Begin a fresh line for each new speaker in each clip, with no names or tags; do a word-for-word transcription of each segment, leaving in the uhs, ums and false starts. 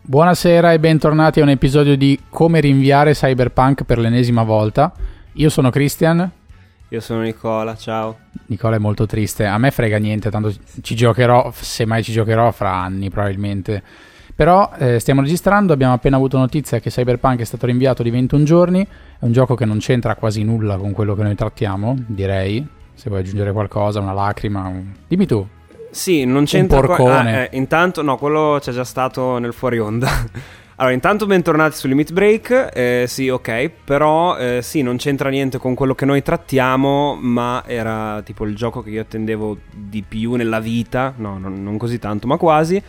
Buonasera e bentornati a un episodio di Come rinviare Cyberpunk per l'ennesima volta. Io sono Christian.
Io sono Nicola, ciao.
Nicola è molto triste, a me frega niente, tanto ci giocherò, se mai ci giocherò fra anni probabilmente. Però eh, stiamo registrando, abbiamo appena avuto notizia che Cyberpunk è stato rinviato di ventuno giorni, è un gioco che non c'entra quasi nulla con quello che noi trattiamo, direi, se vuoi aggiungere qualcosa, una lacrima, un... dimmi tu.
Sì, non c'entra
un porcone.
Qua... Ah, eh, intanto, no, quello c'è già stato nel fuori onda. Allora, intanto bentornati su Limit Break, eh, sì, ok, però eh, sì, non c'entra niente con quello che noi trattiamo, ma era tipo il gioco che io attendevo di più nella vita, no, non, non così tanto, ma quasi,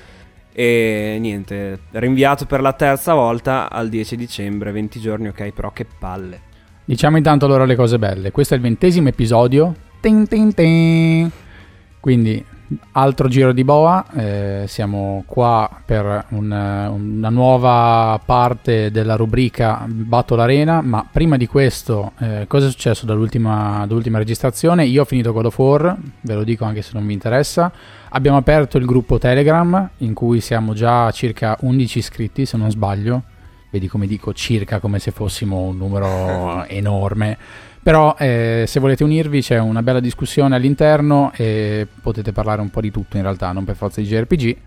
e niente, rinviato per la terza volta al dieci dicembre, venti giorni, ok, però che palle.
Diciamo intanto allora le cose belle, questo è il ventesimo episodio, tin tin tin. Quindi altro giro di boa, eh, siamo qua per un, una nuova parte della rubrica Battle Arena, ma prima di questo eh, cosa è successo dall'ultima, dall'ultima registrazione? Io ho finito God of War, ve lo dico anche se non vi interessa, abbiamo aperto il gruppo Telegram in cui siamo già a circa undici iscritti se non sbaglio, vedi come dico circa come se fossimo un numero enorme. Però eh, se volete unirvi c'è una bella discussione all'interno e potete parlare un po' di tutto in realtà, non per forza di J R P G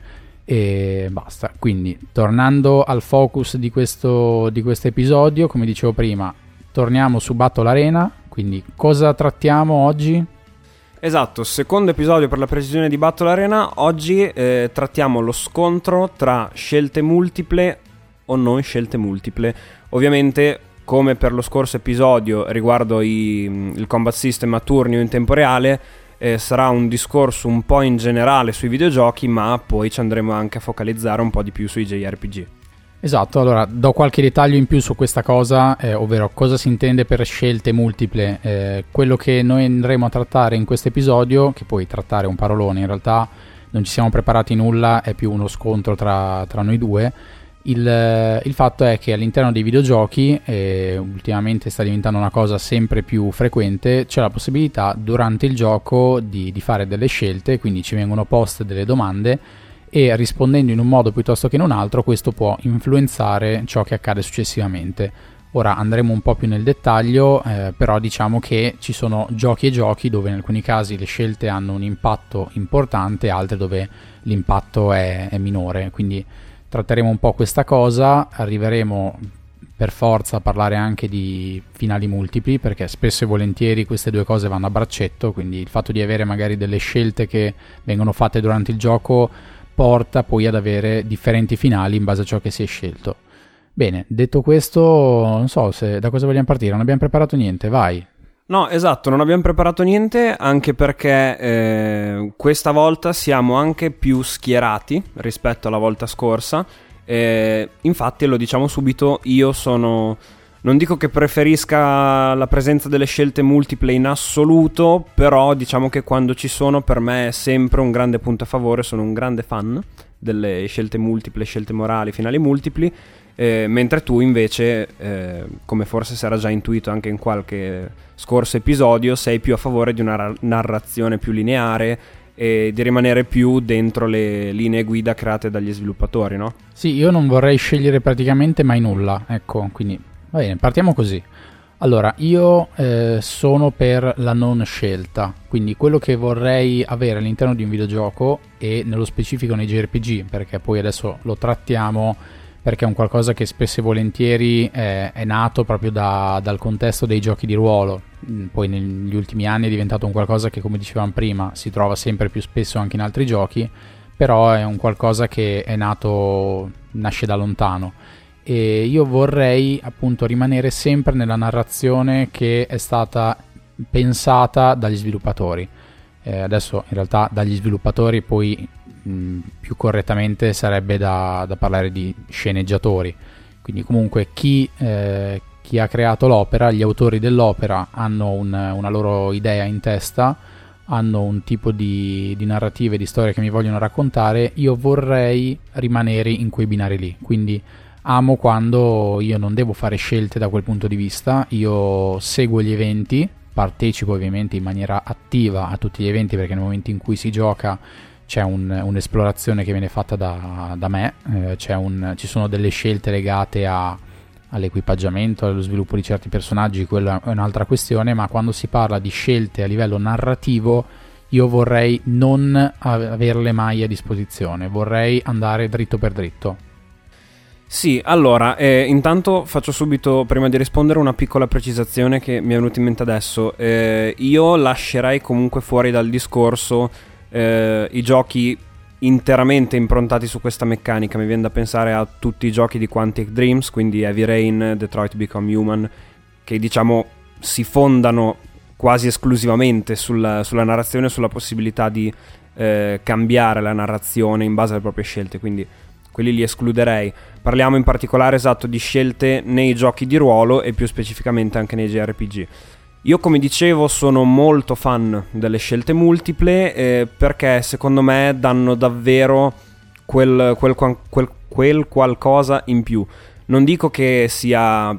e basta. Quindi tornando al focus di questo di questo episodio, come dicevo prima, torniamo su Battle Arena, quindi cosa trattiamo oggi?
Esatto, secondo episodio per la precisione di Battle Arena. Oggi eh, trattiamo lo scontro tra scelte multiple o non scelte multiple. Ovviamente, come per lo scorso episodio riguardo i, il combat system a turni o in tempo reale, eh, sarà un discorso un po' in generale sui videogiochi, ma poi ci andremo anche a focalizzare un po' di più sui J R P G.
Esatto, allora do qualche dettaglio in più su questa cosa, eh, ovvero cosa si intende per scelte multiple. Eh, quello che noi andremo a trattare in questo episodio, che poi trattare è un parolone, in realtà non ci siamo preparati nulla, è più uno scontro tra, tra noi due. Il, il fatto è che all'interno dei videogiochi, e ultimamente sta diventando una cosa sempre più frequente, c'è la possibilità durante il gioco di, di fare delle scelte, quindi ci vengono poste delle domande e rispondendo in un modo piuttosto che in un altro questo può influenzare ciò che accade successivamente. Ora andremo un po' più nel dettaglio, eh, però diciamo che ci sono giochi e giochi dove in alcuni casi le scelte hanno un impatto importante, altre dove l'impatto è, è minore, quindi tratteremo un po' questa cosa, arriveremo per forza a parlare anche di finali multipli, perché spesso e volentieri queste due cose vanno a braccetto, quindi il fatto di avere magari delle scelte che vengono fatte durante il gioco porta poi ad avere differenti finali in base a ciò che si è scelto. Bene, detto questo, non so se da cosa vogliamo partire, non abbiamo preparato niente, vai.
No, esatto, non abbiamo preparato niente, anche perché eh, questa volta siamo anche più schierati rispetto alla volta scorsa. Eh, infatti, lo diciamo subito, io sono... non dico che preferisca la presenza delle scelte multiple in assoluto, però diciamo che quando ci sono per me è sempre un grande punto a favore, sono un grande fan delle scelte multiple, scelte morali, finali multipli. Eh, mentre tu invece, eh, come forse si era già intuito anche in qualche scorso episodio, sei più a favore di una ra- narrazione più lineare e di rimanere più dentro le linee guida create dagli sviluppatori, no?
Sì, io non vorrei scegliere praticamente mai nulla, ecco, quindi va bene, partiamo così. Allora, io eh, sono per la non scelta, quindi quello che vorrei avere all'interno di un videogioco e nello specifico nei J R P G, perché poi adesso lo trattiamo perché è un qualcosa che spesso e volentieri è, è nato proprio da, dal contesto dei giochi di ruolo, poi negli ultimi anni è diventato un qualcosa che, come dicevamo prima, si trova sempre più spesso anche in altri giochi, però è un qualcosa che è nato, nasce da lontano e io vorrei appunto rimanere sempre nella narrazione che è stata pensata dagli sviluppatori. Eh, adesso in realtà dagli sviluppatori poi mh, più correttamente sarebbe da, da parlare di sceneggiatori, quindi comunque chi, eh, chi ha creato l'opera, gli autori dell'opera hanno un, una loro idea in testa, hanno un tipo di, di narrative, di storie che mi vogliono raccontare, io vorrei rimanere in quei binari lì, quindi amo quando io non devo fare scelte da quel punto di vista, io seguo gli eventi, partecipo ovviamente in maniera attiva a tutti gli eventi perché nel momento in cui si gioca c'è un, un'esplorazione che viene fatta da, da me, eh, c'è un, ci sono delle scelte legate a, all'equipaggiamento, allo sviluppo di certi personaggi, quella è un'altra questione, ma quando si parla di scelte a livello narrativo io vorrei non averle mai a disposizione, vorrei andare dritto per dritto.
Sì, allora, eh, intanto faccio subito, prima di rispondere, una piccola precisazione che mi è venuta in mente adesso. Eh, io lascerei comunque fuori dal discorso eh, i giochi interamente improntati su questa meccanica. Mi viene da pensare a tutti i giochi di Quantic Dreams, quindi Heavy Rain, Detroit Become Human, che diciamo si fondano quasi esclusivamente sulla, sulla narrazione e sulla possibilità di eh, cambiare la narrazione in base alle proprie scelte, quindi quelli li escluderei. Parliamo in particolare, esatto, di scelte nei giochi di ruolo e più specificamente anche nei J R P G. Io, come dicevo, sono molto fan delle scelte multiple eh, perché secondo me danno davvero quel, quel, quel, quel qualcosa in più. Non dico che sia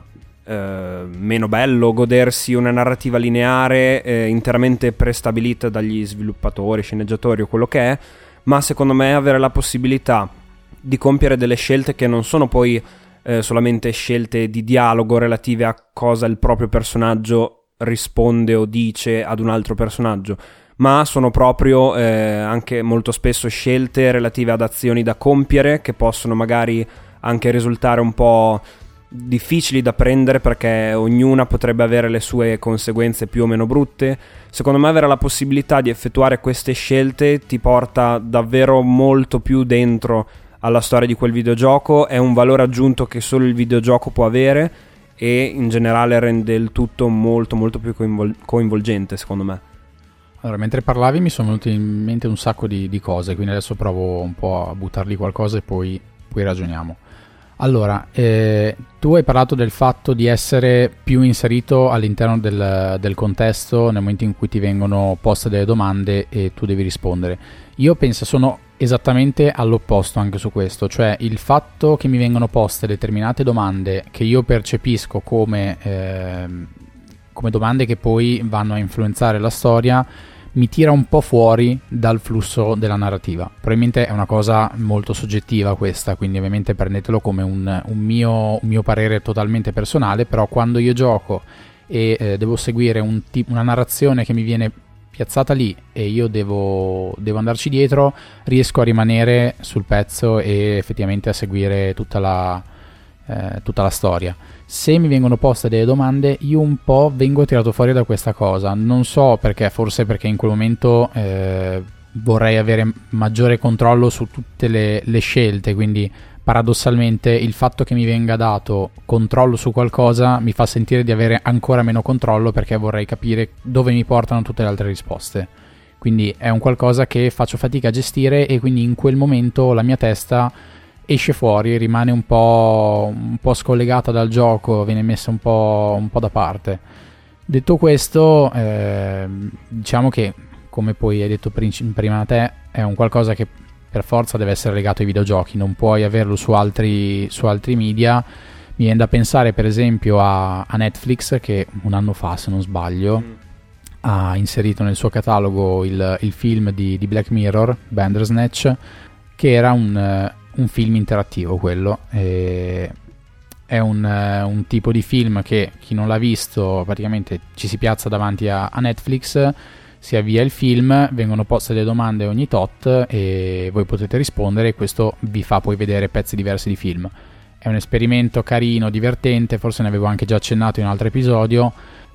eh, meno bello godersi una narrativa lineare eh, interamente prestabilita dagli sviluppatori, sceneggiatori o quello che è, ma secondo me avere la possibilità di compiere delle scelte che non sono poi eh, solamente scelte di dialogo relative a cosa il proprio personaggio risponde o dice ad un altro personaggio, ma sono proprio eh, anche molto spesso scelte relative ad azioni da compiere che possono magari anche risultare un po' difficili da prendere perché ognuna potrebbe avere le sue conseguenze più o meno brutte. Secondo me avere la possibilità di effettuare queste scelte ti porta davvero molto più dentro alla storia di quel videogioco, è un valore aggiunto che solo il videogioco può avere e in generale rende il tutto molto molto più coinvol- coinvolgente, secondo me.
Allora, mentre parlavi mi sono venute in mente un sacco di, di cose, quindi adesso provo un po' a buttarli qualcosa e poi, poi ragioniamo. Allora, eh, tu hai parlato del fatto di essere più inserito all'interno del, del contesto nel momento in cui ti vengono poste delle domande e tu devi rispondere. Io penso sono esattamente all'opposto anche su questo, cioè il fatto che mi vengono poste determinate domande che io percepisco come, eh, come domande che poi vanno a influenzare la storia mi tira un po' fuori dal flusso della narrativa. Probabilmente è una cosa molto soggettiva questa, quindi ovviamente prendetelo come un, un, mio, un mio parere totalmente personale, però quando io gioco e eh, devo seguire un tip- una narrazione che mi viene piazzata lì e io devo, devo andarci dietro, riesco a rimanere sul pezzo e effettivamente a seguire tutta la, eh, tutta la storia. Se mi vengono poste delle domande io un po' vengo tirato fuori da questa cosa, non so perché, forse perché in quel momento eh, vorrei avere maggiore controllo su tutte le, le scelte, quindi paradossalmente il fatto che mi venga dato controllo su qualcosa mi fa sentire di avere ancora meno controllo perché vorrei capire dove mi portano tutte le altre risposte, quindi è un qualcosa che faccio fatica a gestire e quindi in quel momento la mia testa esce fuori, rimane un po', un po' scollegata dal gioco, viene messa un po', un po' da parte. Detto questo, eh, diciamo che, come poi hai detto prima te, è un qualcosa che per forza deve essere legato ai videogiochi, non puoi averlo su altri, su altri media. Mi viene da pensare per esempio a, a Netflix, che un anno fa, se non sbaglio, mm. ha inserito nel suo catalogo il, il film di, di Black Mirror, Bandersnatch, che era un... un film interattivo quello, e è un, un tipo di film che chi non l'ha visto praticamente ci si piazza davanti a, a Netflix, si avvia il film, vengono poste delle domande ogni tot e voi potete rispondere e questo vi fa poi vedere pezzi diversi di film. È un esperimento carino, divertente, forse ne avevo anche già accennato in un altro episodio,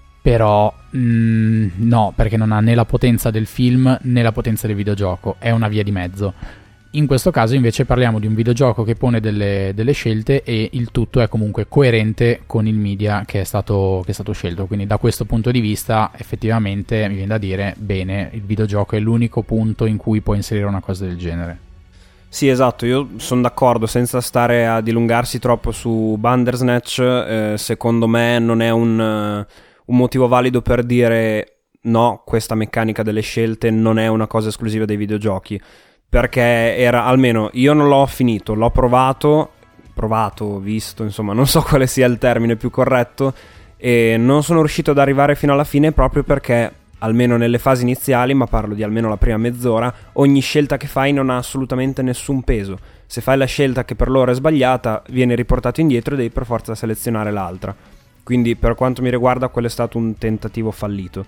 però mh, no, perché non ha né la potenza del film né la potenza del videogioco, è una via di mezzo. In questo caso invece parliamo di un videogioco che pone delle, delle scelte e il tutto è comunque coerente con il media che è stato, che è stato scelto, quindi da questo punto di vista effettivamente mi viene da dire bene, il videogioco è l'unico punto in cui puoi inserire una cosa del genere.
Sì, esatto, io sono d'accordo, senza stare a dilungarsi troppo su Bandersnatch, eh, secondo me non è un, un motivo valido per dire no, questa meccanica delle scelte non è una cosa esclusiva dei videogiochi. Perché era, almeno io non l'ho finito, l'ho provato, provato, visto, insomma, non so quale sia il termine più corretto, e non sono riuscito ad arrivare fino alla fine proprio perché almeno nelle fasi iniziali, ma parlo di almeno la prima mezz'ora, ogni scelta che fai non ha assolutamente nessun peso. Se fai la scelta che per loro è sbagliata, viene riportato indietro e devi per forza selezionare l'altra. Quindi per quanto mi riguarda quello è stato un tentativo fallito.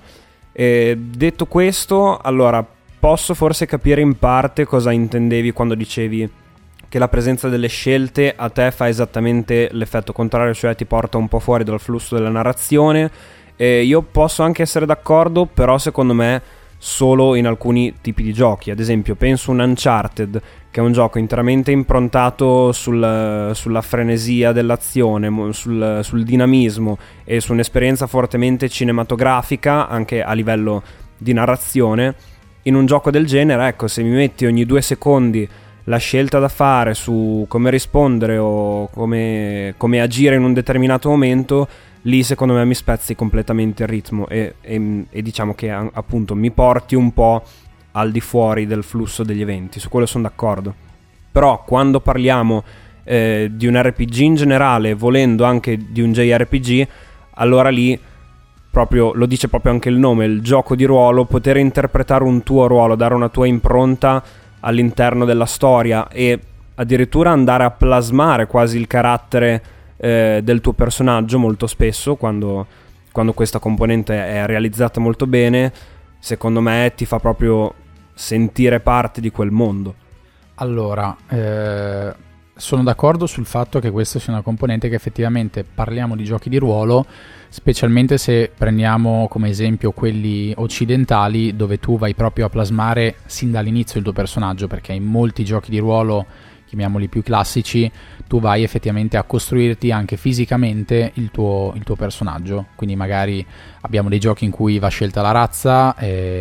E detto questo, allora posso forse capire in parte cosa intendevi quando dicevi che la presenza delle scelte a te fa esattamente l'effetto contrario, cioè ti porta un po' fuori dal flusso della narrazione. E io posso anche essere d'accordo, però secondo me solo in alcuni tipi di giochi. Ad esempio penso un Uncharted, che è un gioco interamente improntato sul, sulla frenesia dell'azione, sul, sul dinamismo e su un'esperienza fortemente cinematografica anche a livello di narrazione. In un gioco del genere, ecco, se mi metti ogni due secondi la scelta da fare su come rispondere o come, come agire in un determinato momento, lì secondo me mi spezzi completamente il ritmo e, e, e diciamo che appunto mi porti un po' al di fuori del flusso degli eventi. Su quello sono d'accordo. Però quando parliamo eh, di un R P G in generale, volendo anche di un J R P G, allora lì proprio lo dice proprio anche il nome, il gioco di ruolo, poter interpretare un tuo ruolo, dare una tua impronta all'interno della storia e addirittura andare a plasmare quasi il carattere eh, del tuo personaggio molto spesso, quando, quando questa componente è realizzata molto bene, secondo me ti fa proprio sentire parte di quel mondo.
Allora, eh, sono d'accordo sul fatto che questa sia una componente che effettivamente parliamo di giochi di ruolo, specialmente se prendiamo come esempio quelli occidentali, dove tu vai proprio a plasmare sin dall'inizio il tuo personaggio, perché in molti giochi di ruolo, chiamiamoli più classici, tu vai effettivamente a costruirti anche fisicamente il tuo, il tuo personaggio. Quindi magari abbiamo dei giochi in cui va scelta la razza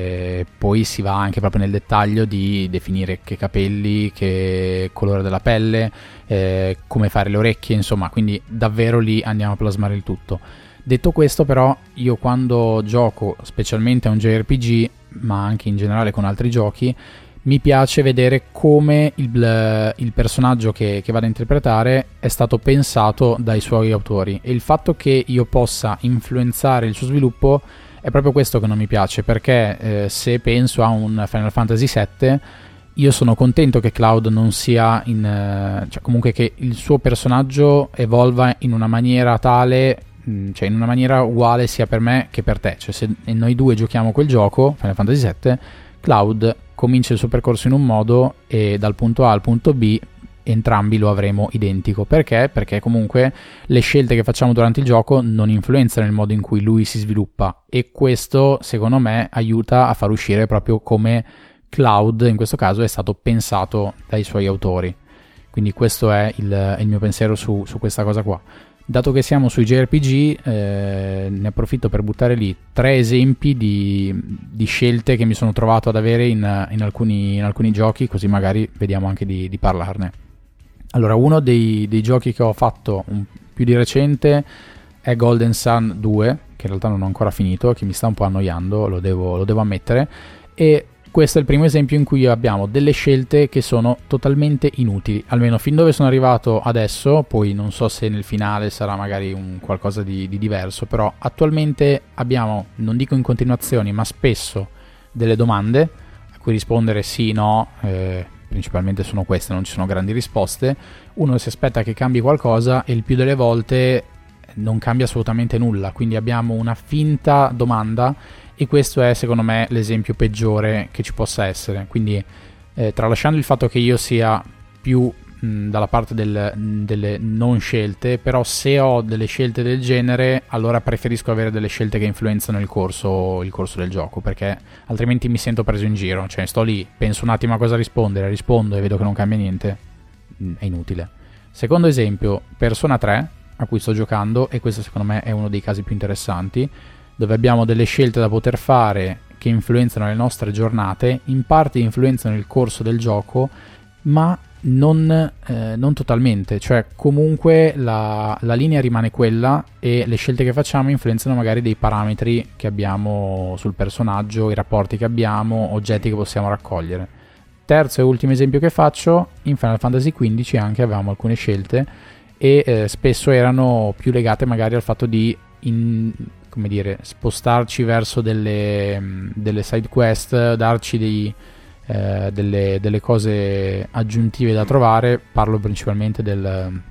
e poi si va anche proprio nel dettaglio di definire che capelli, che colore della pelle, eh, come fare le orecchie, insomma, quindi davvero lì andiamo a plasmare il tutto. Detto questo, però, io quando gioco specialmente a un J R P G, ma anche in generale con altri giochi, mi piace vedere come il, il personaggio che, che vado a interpretare è stato pensato dai suoi autori, e il fatto che io possa influenzare il suo sviluppo è proprio questo che non mi piace, perché eh, se penso a un Final Fantasy sette, io sono contento che Cloud non sia in eh, cioè comunque che il suo personaggio evolva in una maniera tale, mh, cioè in una maniera uguale sia per me che per te, cioè se noi due giochiamo quel gioco Final Fantasy sette, Cloud comincia il suo percorso in un modo e dal punto A al punto B entrambi lo avremo identico. Perché? Perché comunque le scelte che facciamo durante il gioco non influenzano il modo in cui lui si sviluppa, e questo secondo me aiuta a far uscire proprio come Cloud in questo caso è stato pensato dai suoi autori. Quindi questo è il, il mio pensiero su, su questa cosa qua. Dato che siamo sui J R P G, eh, ne approfitto per buttare lì tre esempi di, di scelte che mi sono trovato ad avere in, in, alcuni, in alcuni giochi, così magari vediamo anche di, di parlarne. Allora, uno dei, dei giochi che ho fatto un, più di recente è Golden Sun due, che in realtà non ho ancora finito, che mi sta un po' annoiando, lo devo, lo devo ammettere, e questo è il primo esempio in cui abbiamo delle scelte che sono totalmente inutili, almeno fin dove sono arrivato adesso. Poi non so se nel finale sarà magari un qualcosa di, di diverso, però attualmente abbiamo, non dico in continuazioni, ma spesso delle domande a cui rispondere sì, no, eh, principalmente sono queste, non ci sono grandi risposte. Uno si aspetta che cambi qualcosa e il più delle volte non cambia assolutamente nulla, quindi abbiamo una finta domanda, e questo è secondo me l'esempio peggiore che ci possa essere. Quindi eh, tralasciando il fatto che io sia più mh, dalla parte del, delle non scelte, però se ho delle scelte del genere allora preferisco avere delle scelte che influenzano il corso, il corso del gioco, perché altrimenti mi sento preso in giro, cioè sto lì, penso un attimo a cosa rispondere, rispondo e vedo che non cambia niente, mh, è inutile. Secondo esempio, Persona tre, a cui sto giocando, e questo secondo me è uno dei casi più interessanti, dove abbiamo delle scelte da poter fare che influenzano le nostre giornate, in parte influenzano il corso del gioco, ma non, eh, non totalmente, cioè comunque la, la linea rimane quella e le scelte che facciamo influenzano magari dei parametri che abbiamo sul personaggio, i rapporti che abbiamo, oggetti che possiamo raccogliere. Terzo e ultimo esempio che faccio, in Final Fantasy quindici anche avevamo alcune scelte e eh, spesso erano più legate magari al fatto di in come dire, spostarci verso delle, delle side quest, darci dei, eh, delle, delle cose aggiuntive da trovare. Parlo principalmente del,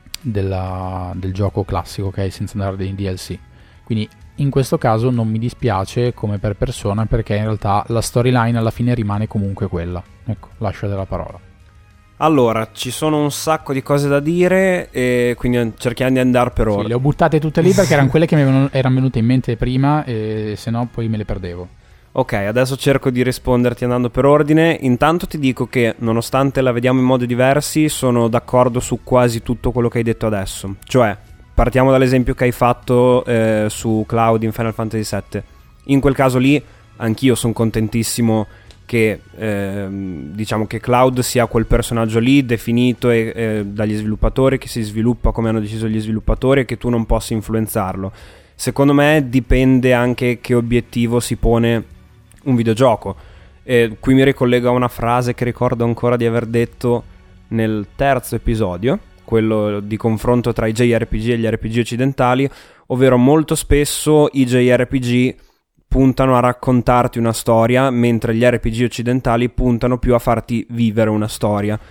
della, del gioco classico, ok, senza andare nei D L C. Quindi in questo caso non mi dispiace come per Persona, perché in realtà la storyline alla fine rimane comunque quella. Ecco, lascio la parola.
Allora, ci sono un sacco di cose da dire e quindi cerchiamo di andare per ora.
Sì, le ho buttate tutte lì perché erano quelle che mi avevano, erano venute in mente prima, e se no poi me le perdevo.
Ok, adesso cerco di risponderti andando per ordine. Intanto ti dico che, nonostante la vediamo in modi diversi, sono d'accordo su quasi tutto quello che hai detto adesso. Cioè, partiamo dall'esempio che hai fatto eh, su Cloud in Final Fantasy sette. In quel caso lì, anch'io sono contentissimo che eh, diciamo che Cloud sia quel personaggio lì definito e, eh, dagli sviluppatori, che si sviluppa come hanno deciso gli sviluppatori e che tu non possa influenzarlo. Secondo me dipende anche che obiettivo si pone un videogioco. E qui mi ricollego a una frase che ricordo ancora di aver detto nel terzo episodio, quello di confronto tra i J R P G e gli R P G occidentali, ovvero molto spesso i J R P G puntano a raccontarti una storia, mentre gli R P G occidentali puntano più a farti vivere una storia.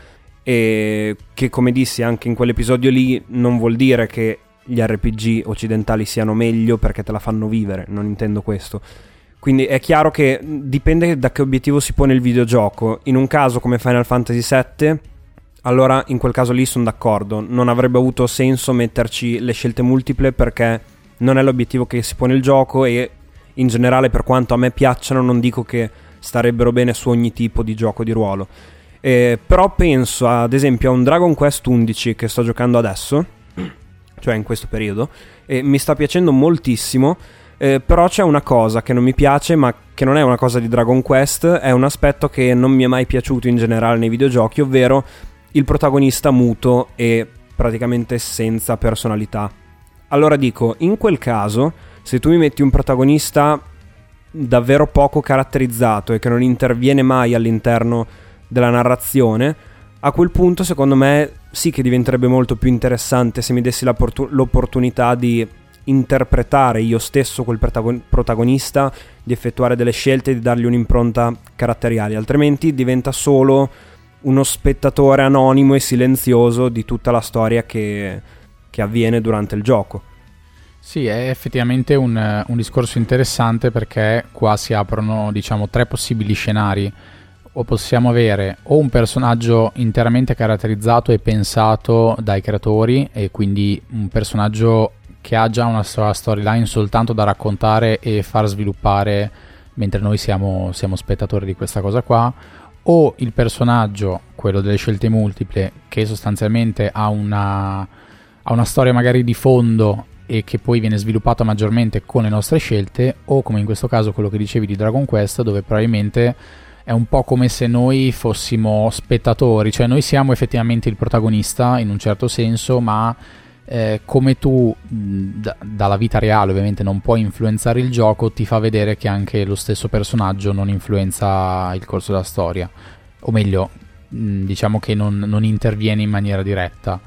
E che, come dissi anche in quell'episodio lì, non vuol dire che gli R P G occidentali siano meglio perché te la fanno vivere, non intendo questo. Quindi è chiaro che dipende da che obiettivo si pone il videogioco. In un caso come Final Fantasy sette, allora in quel caso lì sono d'accordo, non avrebbe avuto senso metterci le scelte multiple perché non è l'obiettivo che si pone il gioco, e in generale, per quanto a me piacciono, non dico che starebbero bene su ogni tipo di gioco di ruolo. Eh, però penso ad esempio a un Dragon Quest undici che sto giocando adesso, cioè in questo periodo, e mi sta piacendo moltissimo. Eh, però c'è una cosa che non mi piace, ma che non è una cosa di Dragon Quest, è un aspetto che non mi è mai piaciuto in generale nei videogiochi, ovvero il protagonista muto e praticamente senza personalità. Allora dico, in quel caso, se tu mi metti un protagonista davvero poco caratterizzato e che non interviene mai all'interno della narrazione, a quel punto secondo me sì che diventerebbe molto più interessante se mi dessi l'opportunità di interpretare io stesso quel protagonista, di effettuare delle scelte, di dargli un'impronta caratteriale. Altrimenti diventa solo uno spettatore anonimo e silenzioso di tutta la storia che, che avviene durante il gioco.
Sì, è effettivamente un, un discorso interessante, perché qua si aprono, diciamo, tre possibili scenari. O possiamo avere o un personaggio interamente caratterizzato e pensato dai creatori, e quindi un personaggio che ha già una sua storyline soltanto da raccontare e far sviluppare mentre noi siamo, siamo spettatori di questa cosa qua, o il personaggio, quello delle scelte multiple, che sostanzialmente ha una, ha una storia magari di fondo e che poi viene sviluppata maggiormente con le nostre scelte, o come in questo caso quello che dicevi di Dragon Quest, dove probabilmente è un po' come se noi fossimo spettatori, cioè noi siamo effettivamente il protagonista in un certo senso, ma eh, come tu d- dalla vita reale ovviamente non puoi influenzare il gioco, ti fa vedere che anche lo stesso personaggio non influenza il corso della storia, o meglio, mh, diciamo che non, non interviene in maniera diretta.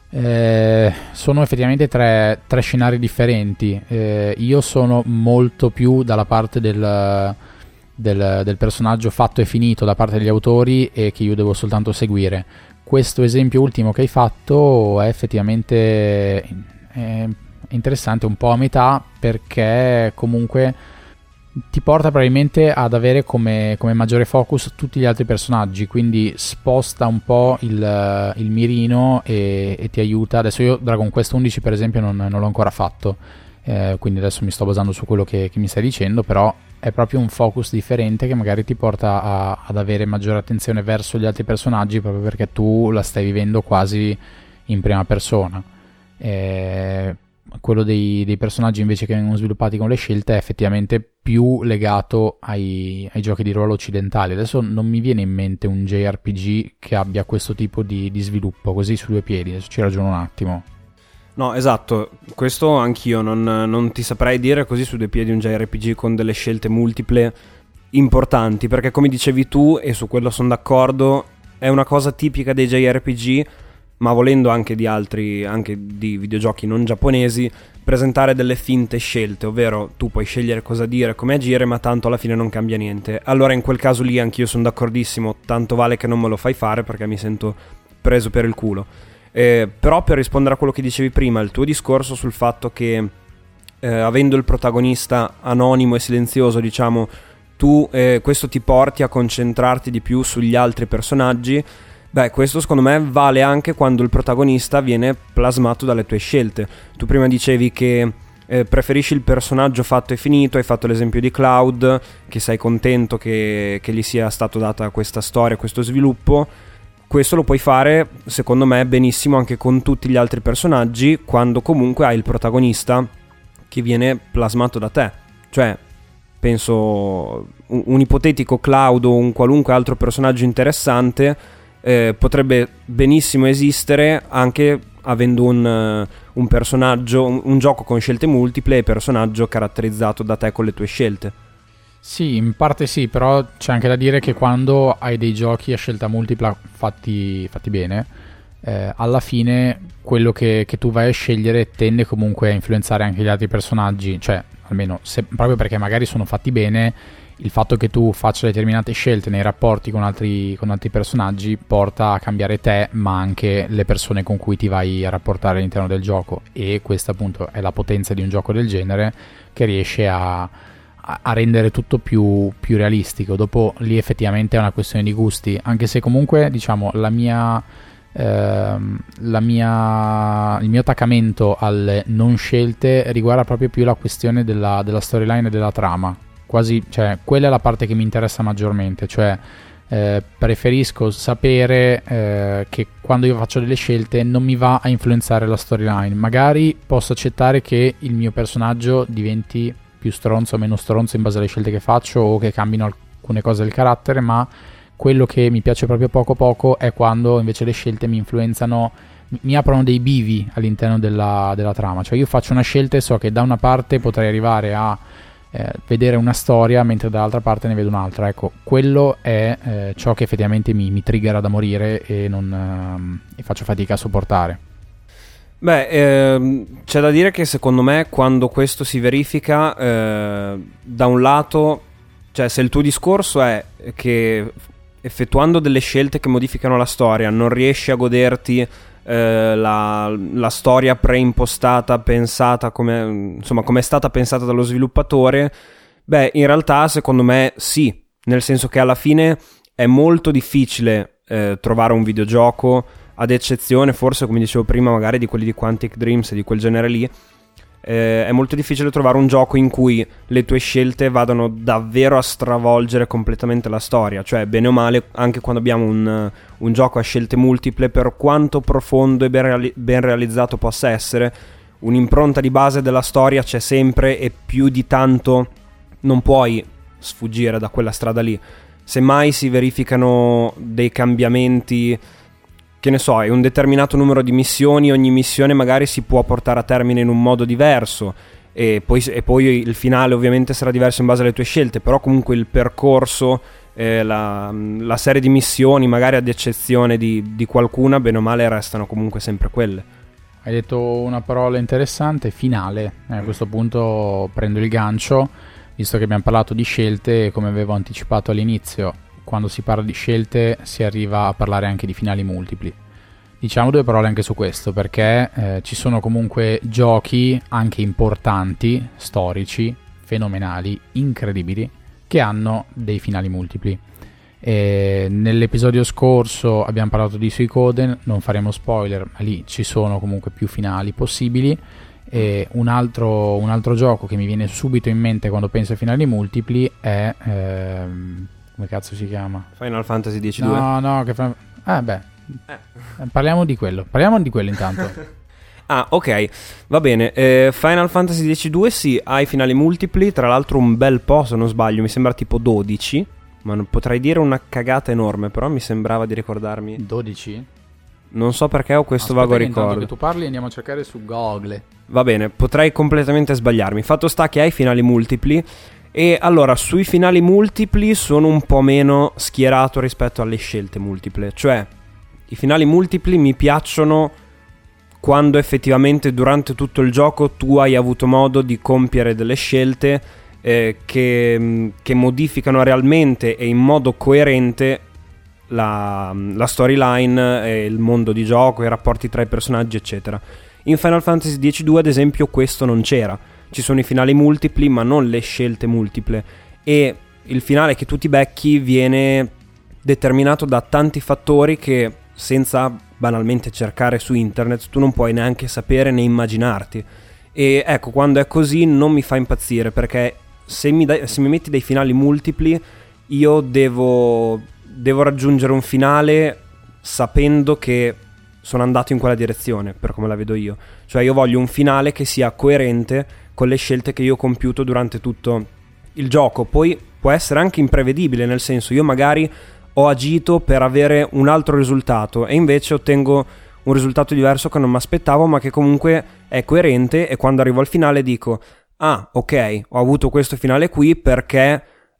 Eh, sono effettivamente tre, tre scenari differenti. Eh, io sono molto più dalla parte del, del, del personaggio fatto e finito da parte degli autori e che io devo soltanto seguire. Questo esempio ultimo che hai fatto è effettivamente è interessante, un po' a metà, perché comunque ti porta probabilmente ad avere come, come maggiore focus tutti gli altri personaggi, quindi sposta un po' il, il mirino e, e ti aiuta. Adesso io Dragon Quest undici per esempio non, non l'ho ancora fatto, eh, quindi adesso mi sto basando su quello che, che mi stai dicendo, però è proprio un focus differente che magari ti porta a, ad avere maggiore attenzione verso gli altri personaggi, proprio perché tu la stai vivendo quasi in prima persona. Eh, quello dei, dei personaggi invece che vengono sviluppati con le scelte è effettivamente più legato ai, ai giochi di ruolo occidentali. Adesso non mi viene in mente un J R P G che abbia questo tipo di, di sviluppo così su due piedi. Adesso ci ragiono un attimo.
No, esatto, questo anch'io non, non ti saprei dire così su due piedi un J R P G con delle scelte multiple importanti, perché come dicevi tu, e su quello sono d'accordo, è una cosa tipica dei J R P G, ma volendo anche di altri, anche di videogiochi non giapponesi, presentare delle finte scelte, ovvero tu puoi scegliere cosa dire, come agire, ma tanto alla fine non cambia niente. Allora in quel caso lì anch'io sono d'accordissimo, tanto vale che non me lo fai fare perché mi sento preso per il culo. Eh, però per rispondere a quello che dicevi prima, il tuo discorso sul fatto che eh, avendo il protagonista anonimo e silenzioso, diciamo, tu eh, questo ti porti a concentrarti di più sugli altri personaggi. Beh, questo secondo me vale anche quando il protagonista viene plasmato dalle tue scelte. Tu prima dicevi che eh, preferisci il personaggio fatto e finito, hai fatto l'esempio di Cloud, che sei contento che, che gli sia stato data questa storia, questo sviluppo. Questo lo puoi fare, secondo me, benissimo anche con tutti gli altri personaggi, quando comunque hai il protagonista che viene plasmato da te. Cioè, penso un, un ipotetico Cloud o un qualunque altro personaggio interessante Eh, potrebbe benissimo esistere anche avendo un, uh, un personaggio, un, un gioco con scelte multiple e personaggio caratterizzato da te con le tue scelte.
Sì, in parte sì, però c'è anche da dire che quando hai dei giochi a scelta multipla fatti, fatti bene, eh, alla fine quello che, che tu vai a scegliere tende comunque a influenzare anche gli altri personaggi, cioè almeno se, proprio perché magari sono fatti bene. Il fatto che tu faccia determinate scelte nei rapporti con altri, con altri personaggi porta a cambiare te, ma anche le persone con cui ti vai a rapportare all'interno del gioco, e questa appunto è la potenza di un gioco del genere, che riesce a, a, a rendere tutto più, più realistico. Dopo lì effettivamente è una questione di gusti, anche se comunque diciamo la mia, ehm, la mia il mio attaccamento alle non scelte riguarda proprio più la questione della, della storyline e della trama. Quasi, cioè, quella è la parte che mi interessa maggiormente, cioè eh, preferisco sapere eh, che quando io faccio delle scelte non mi va a influenzare la storyline. Magari posso accettare che il mio personaggio diventi più stronzo o meno stronzo in base alle scelte che faccio, o che cambino alcune cose del carattere, ma quello che mi piace proprio poco poco è quando invece le scelte mi influenzano, mi aprono dei bivi all'interno della, della trama. Cioè io faccio una scelta e so che da una parte potrei arrivare a Eh, vedere una storia, mentre dall'altra parte ne vedo un'altra. Ecco, quello è eh, ciò che effettivamente mi, mi triggera da morire e non ehm, e faccio fatica a sopportare.
Beh, ehm, c'è da dire che secondo me quando questo si verifica, eh, da un lato, cioè se il tuo discorso è che effettuando delle scelte che modificano la storia non riesci a goderti Eh, la, la storia preimpostata, pensata come, insomma, come è stata pensata dallo sviluppatore, beh, in realtà secondo me sì, nel senso che alla fine è molto difficile eh, trovare un videogioco, ad eccezione forse, come dicevo prima, magari di quelli di Quantic Dreams e di quel genere lì. Eh, è molto difficile trovare un gioco in cui le tue scelte vadano davvero a stravolgere completamente la storia. Cioè, bene o male, anche quando abbiamo un, un gioco a scelte multiple, per quanto profondo e ben, reali- ben realizzato possa essere, un'impronta di base della storia c'è sempre, e più di tanto non puoi sfuggire da quella strada lì. Semmai si verificano dei cambiamenti, che ne so, è un determinato numero di missioni, ogni missione magari si può portare a termine in un modo diverso, e poi, e poi il finale ovviamente sarà diverso in base alle tue scelte, però comunque il percorso, eh, la, la serie di missioni, magari ad eccezione di, di qualcuna, bene o male restano comunque sempre quelle.
Hai detto una parola interessante, finale. Eh, a questo punto prendo il gancio, visto che abbiamo parlato di scelte, e come avevo anticipato all'inizio, quando si parla di scelte si arriva a parlare anche di finali multipli. Diciamo due parole anche su questo, perché eh, ci sono comunque giochi anche importanti, storici, fenomenali, incredibili, che hanno dei finali multipli. E nell'episodio scorso abbiamo parlato di Suikoden, non faremo spoiler, ma lì ci sono comunque più finali possibili. E un altro, un altro gioco che mi viene subito in mente quando penso ai finali multipli è... Ehm, come cazzo si chiama?
Final Fantasy dieci
no,
due?
No, no, che fa... Ah, beh. Eh. Parliamo di quello. Parliamo di quello intanto.
Ah, ok, va bene. eh, Final Fantasy dieci due sì, ha i finali multipli. Tra l'altro un bel po', se non sbaglio, mi sembra tipo dodici. Ma non potrei dire una cagata enorme, però mi sembrava di ricordarmi
dodici?
Non so perché ho questo
Aspetta,
vago
che
ricordo.
Intanto che tu parli andiamo a cercare su Google.
Va bene, potrei completamente sbagliarmi. Fatto sta che hai finali multipli. E allora, sui finali multipli sono un po' meno schierato rispetto alle scelte multiple. Cioè, I finali multipli mi piacciono quando effettivamente durante tutto il gioco tu hai avuto modo di compiere delle scelte eh, che, che modificano realmente e in modo coerente la, la storyline, e il mondo di gioco, i rapporti tra i personaggi, eccetera. In Final Fantasy X due, ad esempio, questo non c'era. Ci sono i finali multipli, ma non le scelte multiple. E il finale che tu ti becchi viene determinato da tanti fattori che, senza banalmente cercare su internet, tu non puoi neanche sapere né immaginarti. E ecco, quando è così non mi fa impazzire, perché se mi, dai, se mi metti dei finali multipli, io devo, devo raggiungere un finale sapendo che sono andato in quella direzione, per come la vedo io. Cioè io voglio un finale che sia coerente con le scelte che io ho compiuto durante tutto il gioco. Poi può essere anche imprevedibile, nel senso, io magari ho agito per avere un altro risultato e invece ottengo un risultato diverso che non mi aspettavo, ma che comunque è coerente, e quando arrivo al finale dico: ah, ok, ho avuto questo finale qui perché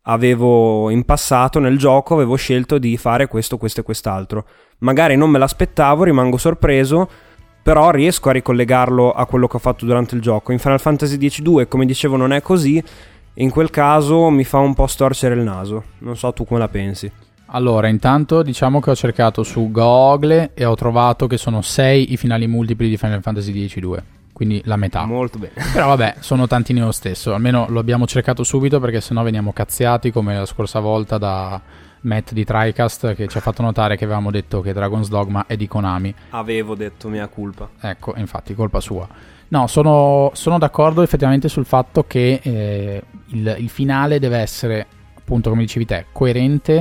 avevo in passato nel gioco avevo scelto di fare questo, questo e quest'altro. Magari non me l'aspettavo, rimango sorpreso, però riesco a ricollegarlo a quello che ho fatto durante il gioco. In Final Fantasy X due, come dicevo, non è così. In quel caso mi fa un po' storcere il naso. Non so tu come la pensi.
Allora, intanto diciamo che ho cercato su Google e ho trovato che sono sei i finali multipli di Final Fantasy X due, quindi la metà.
Molto bene.
Però vabbè, sono tantini lo stesso. Almeno lo abbiamo cercato subito, perché sennò veniamo cazziati come la scorsa volta da Matt di TriCast, che ci ha fatto notare che avevamo detto che Dragon's Dogma è di Konami.
Avevo detto mea culpa.
Ecco, infatti, colpa sua. No, sono, sono d'accordo effettivamente sul fatto che eh, il, il finale deve essere, appunto come dicevi te, coerente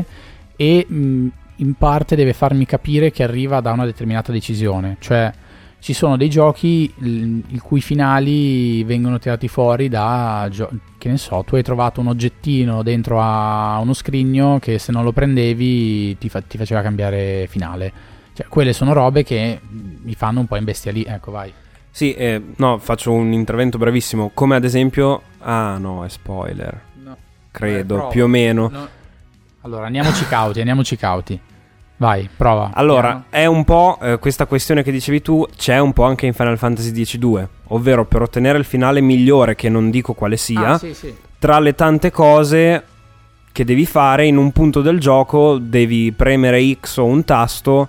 e mh, in parte deve farmi capire che arriva da una determinata decisione. Cioè ci sono dei giochi il, il cui finali vengono tirati fuori da, gio- che ne so, tu hai trovato un oggettino dentro a uno scrigno che se non lo prendevi ti, fa- ti faceva cambiare finale. Cioè quelle sono robe che mi fanno un po' imbestialire. Ecco, vai.
Sì, eh, no, faccio un intervento brevissimo. Come ad esempio... Ah no, è spoiler.
No.
Credo, eh, più o meno.
No. Allora, andiamoci cauti, andiamoci cauti. Vai, prova.
Allora,
Piano.
è un po' eh, questa questione che dicevi tu, c'è un po' anche in Final Fantasy X due. Ovvero, per ottenere il finale migliore, che non dico quale sia,
ah, sì, sì.
tra le tante cose che devi fare, in un punto del gioco devi premere X o un tasto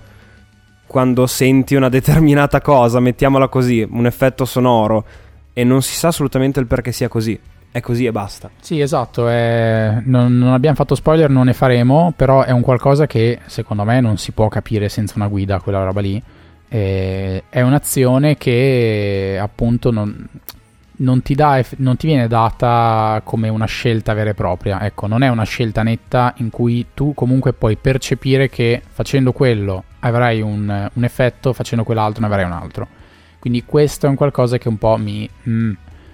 quando senti una determinata cosa, mettiamola così, un effetto sonoro, e non si sa assolutamente il perché sia così. È così e basta.
Sì, esatto, è... non, non abbiamo fatto spoiler, non ne faremo, però è un qualcosa che secondo me non si può capire senza una guida, quella roba lì. E... è un'azione che appunto non, non ti dà, non ti viene data come una scelta vera e propria. Ecco, non è una scelta netta in cui tu comunque puoi percepire che facendo quello avrai un, un effetto, facendo quell'altro ne avrai un altro. Quindi questo è un qualcosa che un po' mi... Mm,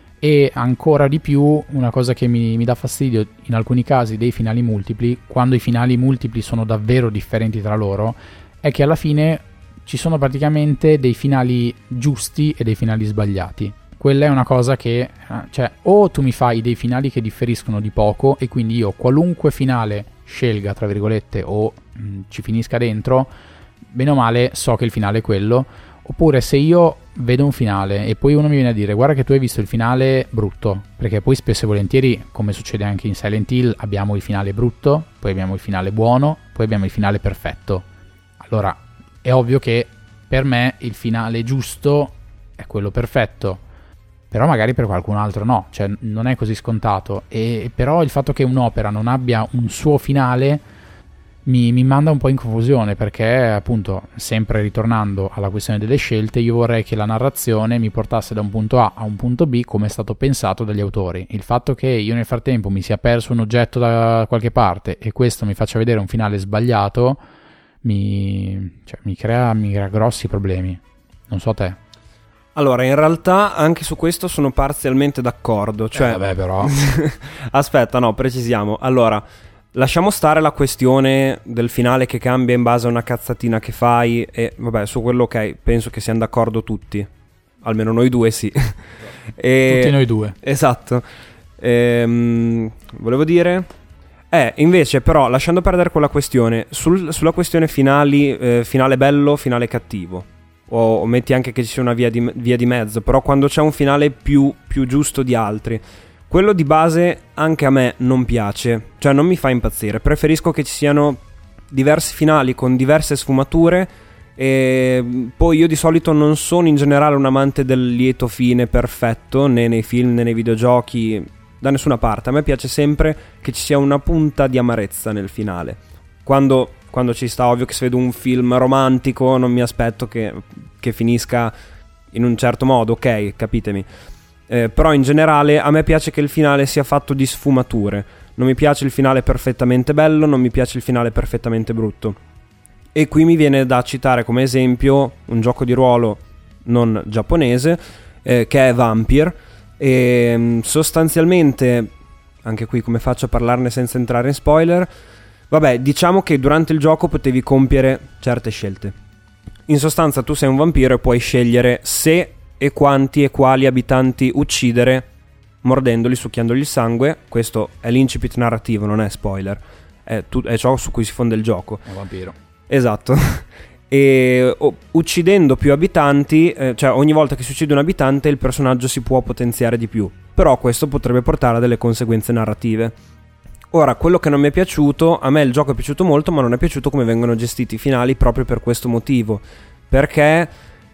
e ancora di più una cosa che mi, mi dà fastidio in alcuni casi dei finali multipli, quando i finali multipli sono davvero differenti tra loro, è che alla fine ci sono praticamente dei finali giusti e dei finali sbagliati. Quella è una cosa che, cioè, o tu mi fai dei finali che differiscono di poco e quindi io qualunque finale scelga, tra virgolette, o mh, ci finisca dentro, bene o male so che il finale è quello. Oppure se io vedo un finale e poi uno mi viene a dire guarda che tu hai visto il finale brutto, perché poi spesso e volentieri, come succede anche in Silent Hill, abbiamo il finale brutto, poi abbiamo il finale buono, poi abbiamo il finale perfetto. Allora è ovvio che per me il finale giusto è quello perfetto, però magari per qualcun altro no, cioè non è così scontato. E però il fatto che un'opera non abbia un suo finale Mi, mi manda un po' in confusione, perché appunto, sempre ritornando alla questione delle scelte, io vorrei che la narrazione mi portasse da un punto A a un punto B come è stato pensato dagli autori. Il fatto che io nel frattempo mi sia perso un oggetto da qualche parte e questo mi faccia vedere un finale sbagliato mi, cioè, mi, crea, mi crea grossi problemi. Non so te.
Allora, in realtà anche su questo sono parzialmente d'accordo, cioè...
Eh, vabbè, però...
Aspetta, no, precisiamo. Allora... lasciamo stare la questione del finale che cambia in base a una cazzatina che fai e vabbè, su quello ok, penso che siamo d'accordo tutti, almeno noi due sì. e...
tutti noi due.
Esatto. Ehm, volevo dire Eh, invece però, lasciando perdere quella questione, sul, sulla questione finali, eh, finale bello, finale cattivo, o, o metti anche che ci sia una via di, via di mezzo, però quando c'è un finale più, più giusto di altri, quello di base anche a me non piace, cioè non mi fa impazzire. Preferisco che ci siano diversi finali con diverse sfumature, e poi io di solito non sono in generale un amante del lieto fine perfetto, né nei film né nei videogiochi, da nessuna parte. A me piace sempre che ci sia una punta di amarezza nel finale. Quando, quando ci sta, ovvio che se vedo un film romantico non mi aspetto che, che finisca in un certo modo, ok, capitemi. Eh, però in generale a me piace che il finale sia fatto di sfumature. Non mi piace il finale perfettamente bello, non mi piace il finale perfettamente brutto. E qui mi viene da citare come esempio un gioco di ruolo non giapponese, eh, che è Vampire. E sostanzialmente, anche qui come faccio a parlarne senza entrare in spoiler, vabbè, diciamo che durante il gioco potevi compiere certe scelte. In sostanza tu sei un vampiro e puoi scegliere se e quanti e quali abitanti uccidere mordendoli, succhiandogli il sangue. Questo è l'incipit narrativo, non è spoiler, è, tu- è ciò su cui si fonda il gioco.
È un vampiro.
Esatto. E oh, uccidendo più abitanti, eh, cioè ogni volta che si uccide un abitante il personaggio si può potenziare di più, però questo potrebbe portare a delle conseguenze narrative. Ora, quello che non mi è piaciuto, a me il gioco è piaciuto molto, ma non è piaciuto come vengono gestiti i finali, proprio per questo motivo, perché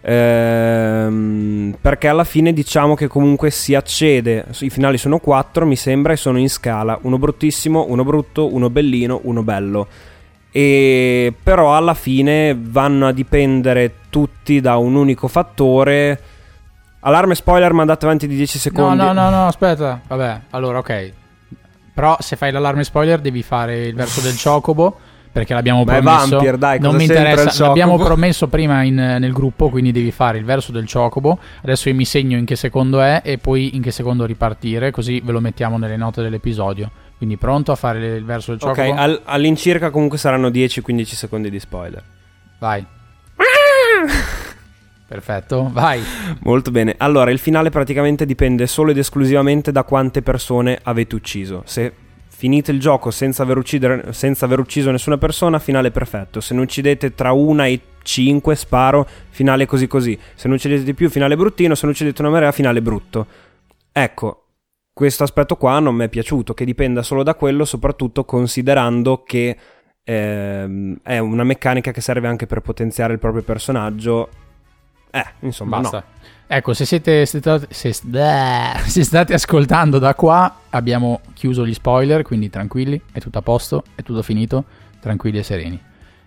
ehm, perché alla fine diciamo che comunque si accede, i finali sono quattro mi sembra, e sono in scala: uno bruttissimo, uno brutto, uno bellino, uno bello. E però alla fine vanno a dipendere tutti da un unico fattore. Allarme spoiler, ma andate avanti di dieci secondi.
No, no, no, no, aspetta. Vabbè, allora ok. Però se fai l'allarme spoiler devi fare il verso del Chocobo, perché l'abbiamo
ma
promesso.
È Vampire, dai,
non
cosa
mi
c'entra
interessa,
il
l'abbiamo
Chocobo?
promesso prima in, nel gruppo, quindi devi fare il verso del Chocobo. Adesso io mi segno in che secondo è e poi in che secondo ripartire, così ve lo mettiamo nelle note dell'episodio. Quindi pronto a fare il verso del Chocobo?
Ok, al, all'incirca comunque saranno dieci quindici secondi di spoiler.
Vai. Perfetto, vai.
Molto bene. Allora, il finale praticamente dipende solo ed esclusivamente da quante persone avete ucciso. Se finite il gioco senza aver, uccidere, senza aver ucciso nessuna persona, finale perfetto. Se ne uccidete tra una e cinque, sparo, finale così così. Se ne uccidete di più, finale bruttino. Se ne uccidete una marea, finale brutto. Ecco, questo aspetto qua non mi è piaciuto, che dipenda solo da quello, soprattutto considerando che ehm, è una meccanica che serve anche per potenziare il proprio personaggio. Eh, insomma,
basta.
No.
Ecco, se siete se, se, se state ascoltando da qua, abbiamo chiuso gli spoiler, quindi tranquilli, è tutto a posto, è tutto finito, tranquilli e sereni.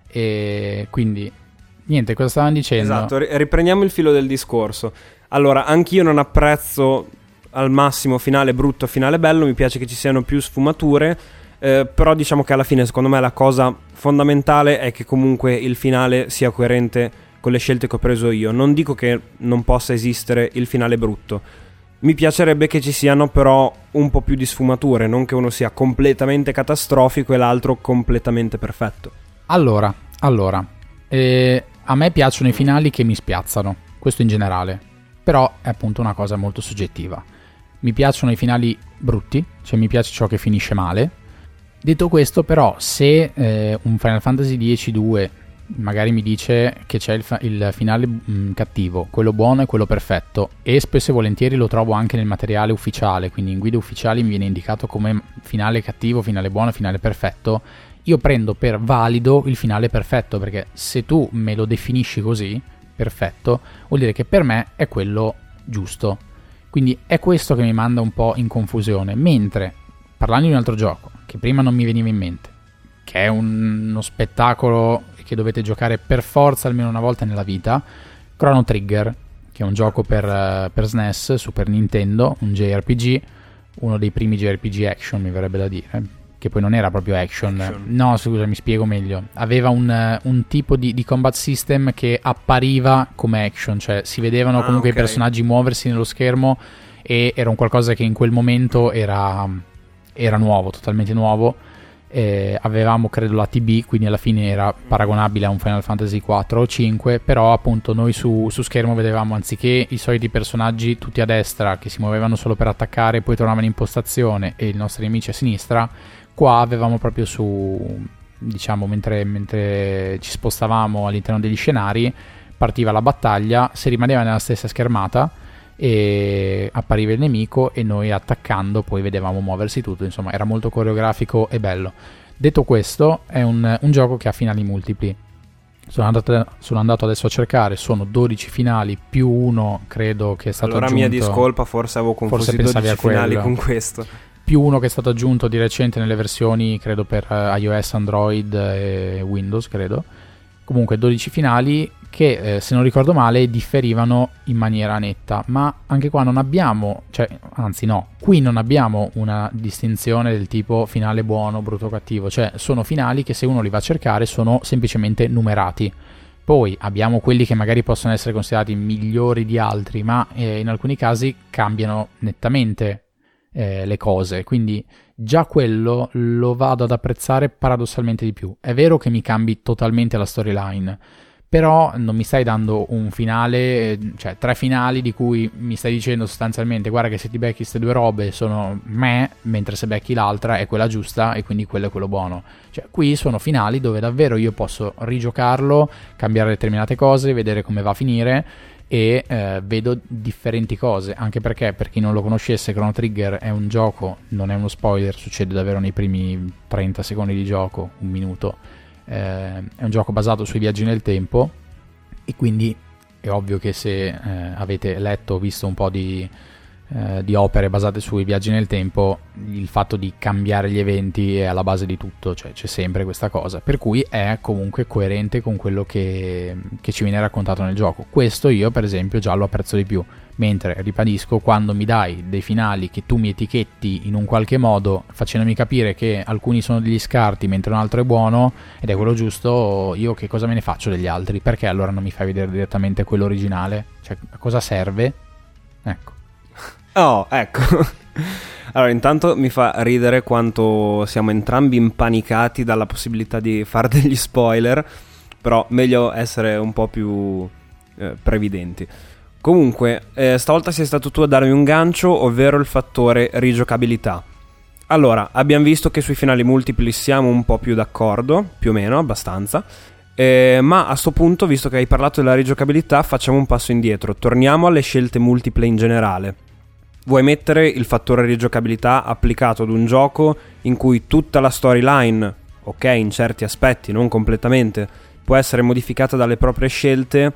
E quindi niente, cosa stavano dicendo?
Esatto, riprendiamo il filo del discorso. Allora, anch'io non apprezzo al massimo finale brutto, finale bello, mi piace che ci siano più sfumature, eh, però diciamo che alla fine secondo me la cosa fondamentale è che comunque il finale sia coerente con le scelte che ho preso io. Non dico che non possa esistere il finale brutto, mi piacerebbe che ci siano però un po' più di sfumature, non che uno sia completamente catastrofico e l'altro completamente perfetto.
Allora, allora eh, a me piacciono i finali che mi spiazzano, questo in generale, però è appunto una cosa molto soggettiva. Mi piacciono i finali brutti, cioè mi piace ciò che finisce male. Detto questo, però, se eh, un Final Fantasy dieci due magari mi dice che c'è il, fa- il finale mh, cattivo, quello buono e quello perfetto, e spesso e volentieri lo trovo anche nel materiale ufficiale, quindi in guide ufficiali mi viene indicato come finale cattivo, finale buono, finale perfetto, io prendo per valido il finale perfetto, perché se tu me lo definisci così, perfetto, vuol dire che per me è quello giusto. Quindi è questo che mi manda un po' in confusione. Mentre, parlando di un altro gioco, che prima non mi veniva in mente, che è un, uno spettacolo che dovete giocare per forza almeno una volta nella vita, Chrono Trigger, che è un gioco per, per S N E S, Super Nintendo, un J R P G, uno dei primi J R P G action, mi verrebbe da dire, che poi non era proprio action, action. No, scusa, mi spiego meglio. Aveva un, un tipo di, di combat system che appariva come action, cioè si vedevano ah, comunque okay. i personaggi muoversi nello schermo, e era un qualcosa che in quel momento era, era nuovo, totalmente nuovo. Eh, avevamo credo la T B, quindi alla fine era paragonabile a un Final Fantasy quattro o cinque, però appunto noi su, su schermo vedevamo, anziché i soliti personaggi tutti a destra che si muovevano solo per attaccare e poi tornavano in postazione e i nostri nemici a sinistra, Qua avevamo proprio su, diciamo, mentre, mentre ci spostavamo all'interno degli scenari, partiva la battaglia, si rimaneva nella stessa schermata e appariva il nemico e noi attaccando poi vedevamo muoversi tutto, insomma era molto coreografico e bello. Detto questo, è un, un gioco che ha finali multipli. Sono andato, sono andato adesso a cercare, sono dodici finali più uno, credo che è stato
allora
aggiunto.
Allora mia discolpa, forse avevo confuso i dodici finali con questo.
Più uno che è stato aggiunto di recente nelle versioni, credo per uh, iOS, Android e Windows, credo. Comunque dodici finali che, eh, se non ricordo male, differivano in maniera netta, ma anche qua non abbiamo, cioè, anzi no, qui non abbiamo una distinzione del tipo finale buono, brutto, cattivo, cioè sono finali che se uno li va a cercare sono semplicemente numerati. Poi abbiamo quelli che magari possono essere considerati migliori di altri, ma eh, in alcuni casi cambiano nettamente eh, le cose, quindi già quello lo vado ad apprezzare paradossalmente di più. È vero che mi cambi totalmente la storyline, però non mi stai dando un finale, cioè tre finali di cui mi stai dicendo sostanzialmente guarda che se ti becchi queste due robe sono me, mentre se becchi l'altra è quella giusta e quindi quello è quello buono. Cioè qui sono finali dove davvero io posso rigiocarlo, cambiare determinate cose, vedere come va a finire e eh, vedo differenti cose, anche perché per chi non lo conoscesse Chrono Trigger è un gioco, non è uno spoiler, succede davvero nei primi trenta secondi di gioco, un minuto. Eh, è un gioco basato sui viaggi nel tempo e quindi è ovvio che se eh, avete letto o visto un po' di, eh, di opere basate sui viaggi nel tempo, il fatto di cambiare gli eventi è alla base di tutto, cioè c'è sempre questa cosa, per cui è comunque coerente con quello che, che ci viene raccontato nel gioco. Questo io per esempio già lo apprezzo di più, mentre ribadisco, quando mi dai dei finali che tu mi etichetti in un qualche modo facendomi capire che alcuni sono degli scarti mentre un altro è buono ed è quello giusto, io che cosa me ne faccio degli altri? Perché allora non mi fai vedere direttamente quello originale? Cioè a cosa serve? Ecco.
Oh, ecco. Allora, intanto mi fa ridere quanto siamo entrambi impanicati dalla possibilità di fare degli spoiler, però meglio essere un po' più eh, previdenti. Comunque, eh, stavolta sei stato tu a darmi un gancio, ovvero il fattore rigiocabilità. Allora, abbiamo visto che sui finali multipli siamo un po' più d'accordo, più o meno, abbastanza, eh, ma a sto punto, visto che hai parlato della rigiocabilità, facciamo un passo indietro, torniamo alle scelte multiple in generale. Vuoi mettere il fattore rigiocabilità applicato ad un gioco in cui tutta la storyline, ok, in certi aspetti, non completamente, può essere modificata dalle proprie scelte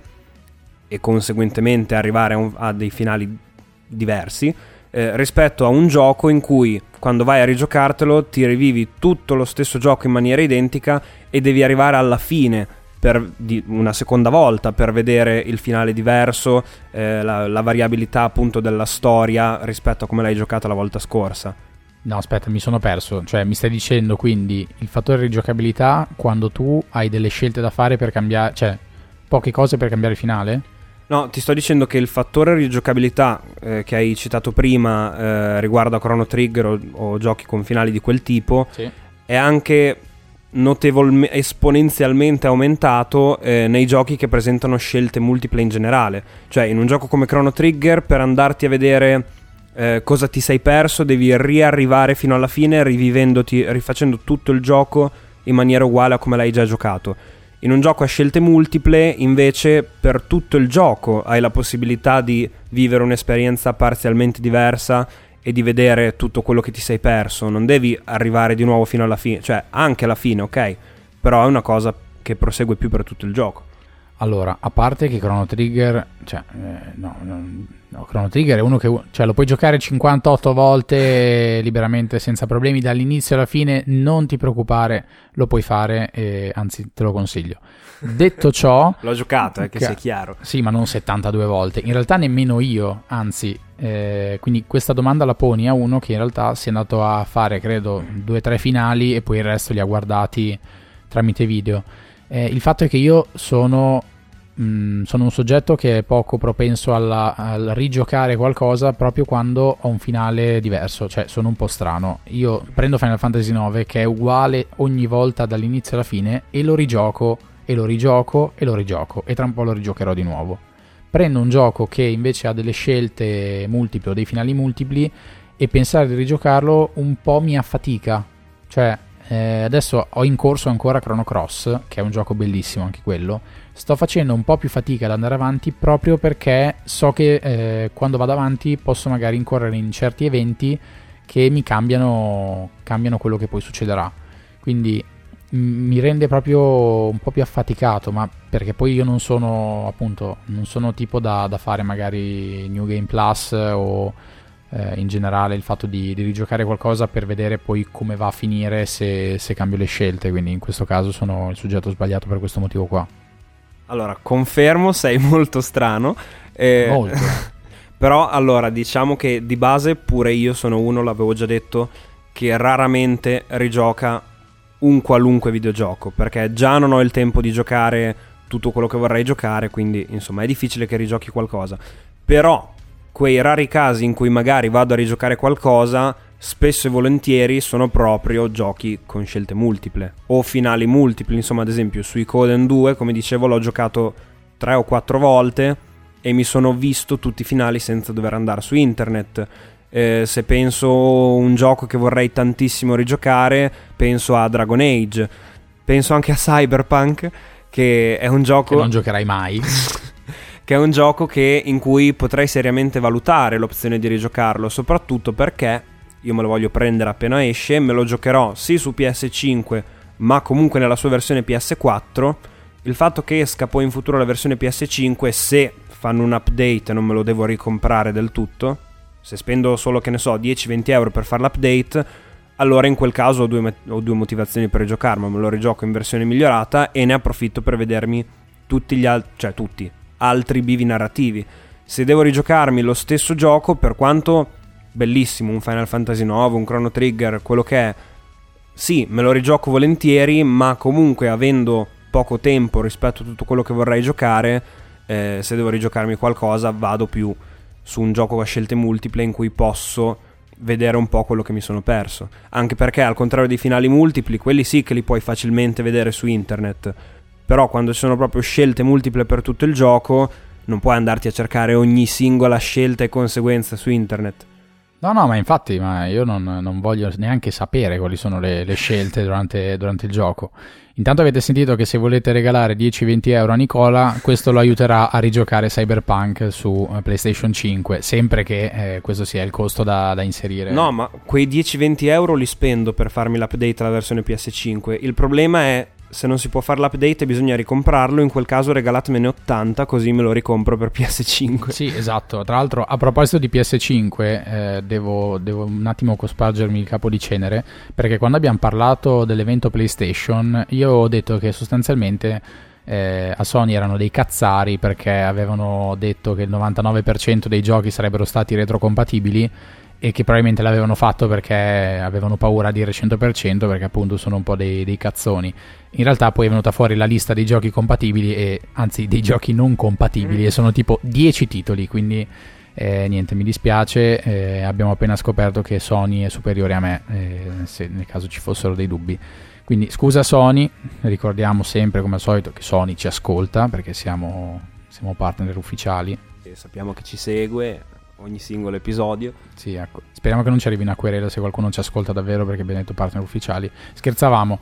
e conseguentemente arrivare a, un, a dei finali diversi, eh, rispetto a un gioco in cui quando vai a rigiocartelo ti rivivi tutto lo stesso gioco in maniera identica e devi arrivare alla fine per di, una seconda volta per vedere il finale diverso, eh, la, la variabilità appunto della storia rispetto a come l'hai giocata la volta scorsa.
No, aspetta, mi sono perso. Cioè, mi stai dicendo quindi il fattore rigiocabilità quando tu hai delle scelte da fare per cambiare, cioè poche cose per cambiare il finale?
No, ti sto dicendo che il fattore rigiocabilità eh, che hai citato prima eh, riguardo a Chrono Trigger o, o giochi con finali di quel tipo,
sì,
è anche notevolmente, esponenzialmente aumentato eh, nei giochi che presentano scelte multiple in generale. Cioè in un gioco come Chrono Trigger, per andarti a vedere eh, cosa ti sei perso, devi riarrivare fino alla fine rivivendoti, rifacendo tutto il gioco in maniera uguale a come l'hai già giocato. In un gioco a scelte multiple, invece, per tutto il gioco hai la possibilità di vivere un'esperienza parzialmente diversa e di vedere tutto quello che ti sei perso. Non devi arrivare di nuovo fino alla fine, cioè anche alla fine, ok, però è una cosa che prosegue più per tutto il gioco.
Allora, a parte che Chrono Trigger, cioè, eh, no, no, no, Chrono Trigger è uno che, cioè, lo puoi giocare cinquantotto volte liberamente senza problemi dall'inizio alla fine, non ti preoccupare, lo puoi fare, e, anzi te lo consiglio. Detto ciò,
l'ho giocato, eh, che, che sia chiaro.
Sì, ma non settantadue volte, in realtà nemmeno io, anzi, eh, quindi questa domanda la poni a uno che in realtà si è andato a fare, credo, due o tre finali e poi il resto li ha guardati tramite video. Eh, il fatto è che io sono, mh, sono un soggetto che è poco propenso alla, al rigiocare qualcosa proprio quando ho un finale diverso, cioè sono un po' strano. Io prendo Final Fantasy nove che è uguale ogni volta dall'inizio alla fine e lo rigioco e lo rigioco e lo rigioco e tra un po' lo rigiocherò di nuovo. Prendo un gioco che invece ha delle scelte multiple o dei finali multipli e pensare di rigiocarlo un po' mi affatica. Cioè, eh, adesso ho in corso ancora Chrono Cross, che è un gioco bellissimo anche quello. Sto facendo un po' più fatica ad andare avanti proprio perché so che eh, quando vado avanti posso magari incorrere in certi eventi che mi cambiano, cambiano quello che poi succederà. Quindi m- mi rende proprio un po' più affaticato, ma perché poi io non sono, appunto, non sono tipo da, da fare magari New Game Plus o eh, in generale il fatto di, di rigiocare qualcosa per vedere poi come va a finire se, se cambio le scelte. Quindi in questo caso sono il soggetto sbagliato per questo motivo qua.
Allora, confermo, sei molto strano. Eh,
Molto.
Però, allora, diciamo che di base pure io sono uno, l'avevo già detto, che raramente rigioca un qualunque videogioco, perché già non ho il tempo di giocare tutto quello che vorrei giocare, quindi, insomma, è difficile che rigiochi qualcosa. Però, quei rari casi in cui magari vado a rigiocare qualcosa, spesso e volentieri sono proprio giochi con scelte multiple o finali multipli. Insomma, ad esempio Suikoden due, come dicevo, l'ho giocato tre o quattro volte e mi sono visto tutti i finali senza dover andare su internet. Eh, se penso un gioco che vorrei tantissimo rigiocare, penso a Dragon Age, penso anche a Cyberpunk, che è un gioco
che non giocherai mai
che è un gioco che, in cui potrei seriamente valutare l'opzione di rigiocarlo, soprattutto perché io me lo voglio prendere appena esce, me lo giocherò sì su P S cinque, ma comunque nella sua versione P S quattro. Il fatto che esca poi in futuro la versione P S cinque, se fanno un update non me lo devo ricomprare del tutto. Se spendo solo, che ne so, dieci venti euro per fare l'update, allora in quel caso ho due, ho due motivazioni per rigiocarlo. Me lo rigioco in versione migliorata e ne approfitto per vedermi tutti gli altri, cioè tutti, altri bivi narrativi. Se devo rigiocarmi lo stesso gioco, per quanto bellissimo, un Final Fantasy nove, un Chrono Trigger, quello che è, sì, me lo rigioco volentieri, ma comunque avendo poco tempo rispetto a tutto quello che vorrei giocare, eh, se devo rigiocarmi qualcosa vado più su un gioco a scelte multiple in cui posso vedere un po' quello che mi sono perso, anche perché al contrario dei finali multipli, quelli sì che li puoi facilmente vedere su internet, però quando ci sono proprio scelte multiple per tutto il gioco non puoi andarti a cercare ogni singola scelta e conseguenza su internet.
No, no, ma infatti ma io non, non voglio neanche sapere quali sono le, le scelte durante, durante il gioco. Intanto avete sentito che se volete regalare dieci venti euro a Nicola, questo lo aiuterà a rigiocare Cyberpunk su PlayStation cinque, sempre che eh, questo sia il costo da, da inserire.
No, ma quei dieci venti euro li spendo per farmi l'update alla versione P S cinque. Il problema è, se non si può fare l'update e bisogna ricomprarlo, in quel caso regalatemene ottanta, così me lo ricompro per P S cinque.
Sì, esatto. Tra l'altro, a proposito di P S cinque, eh, devo, devo un attimo cospargermi il capo di cenere, perché quando abbiamo parlato dell'evento PlayStation io ho detto che sostanzialmente eh, a Sony erano dei cazzari perché avevano detto che il novantanove per cento dei giochi sarebbero stati retrocompatibili e che probabilmente l'avevano fatto perché avevano paura di dire cento per cento, perché appunto sono un po' dei, dei cazzoni. In realtà poi è venuta fuori la lista dei giochi compatibili e anzi dei giochi non compatibili e sono tipo dieci titoli, quindi eh, niente, mi dispiace, eh, abbiamo appena scoperto che Sony è superiore a me, eh, se nel caso ci fossero dei dubbi. Quindi scusa Sony, ricordiamo sempre come al solito che Sony ci ascolta perché siamo, siamo partner ufficiali
e sappiamo che ci segue ogni singolo episodio.
Sì, ecco. Speriamo che non ci arrivi una querela se qualcuno ci ascolta davvero, perché abbiamo detto partner ufficiali. Scherzavamo.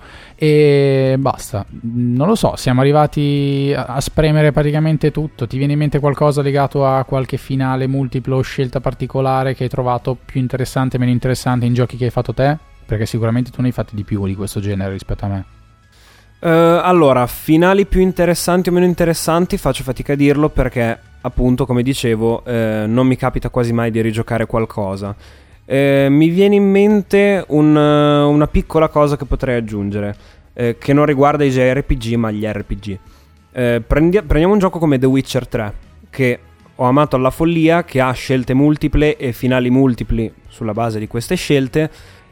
E basta. Non lo so, siamo arrivati a, a spremere praticamente tutto. Ti viene in mente qualcosa legato a qualche finale multiplo o scelta particolare che hai trovato più interessante, meno interessante in giochi che hai fatto te? Perché sicuramente tu ne hai fatti di più di questo genere rispetto a me.
Uh, allora, finali più interessanti o meno interessanti faccio fatica a dirlo perché, appunto, come dicevo, eh, non mi capita quasi mai di rigiocare qualcosa. Eh, mi viene in mente un, una piccola cosa che potrei aggiungere, eh, che non riguarda i J R P G ma gli R P G. Eh, prendi- prendiamo un gioco come The Witcher tre, che ho amato alla follia, che ha scelte multiple e finali multipli sulla base di queste scelte,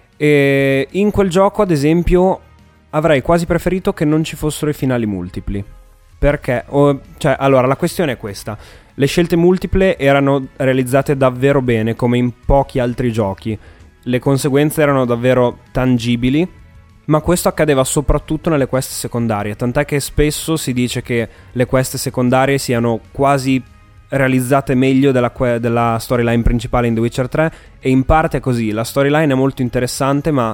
e in quel gioco, ad esempio, avrei quasi preferito che non ci fossero i finali multipli. Perché? Oh, cioè, allora, la questione è questa. Le scelte multiple erano realizzate davvero bene, come in pochi altri giochi. Le conseguenze erano davvero tangibili, ma questo accadeva soprattutto nelle quest secondarie, tant'è che spesso si dice che le quest secondarie siano quasi realizzate meglio della, que- della storyline principale in The Witcher tre, e in parte è così. La storyline è molto interessante, ma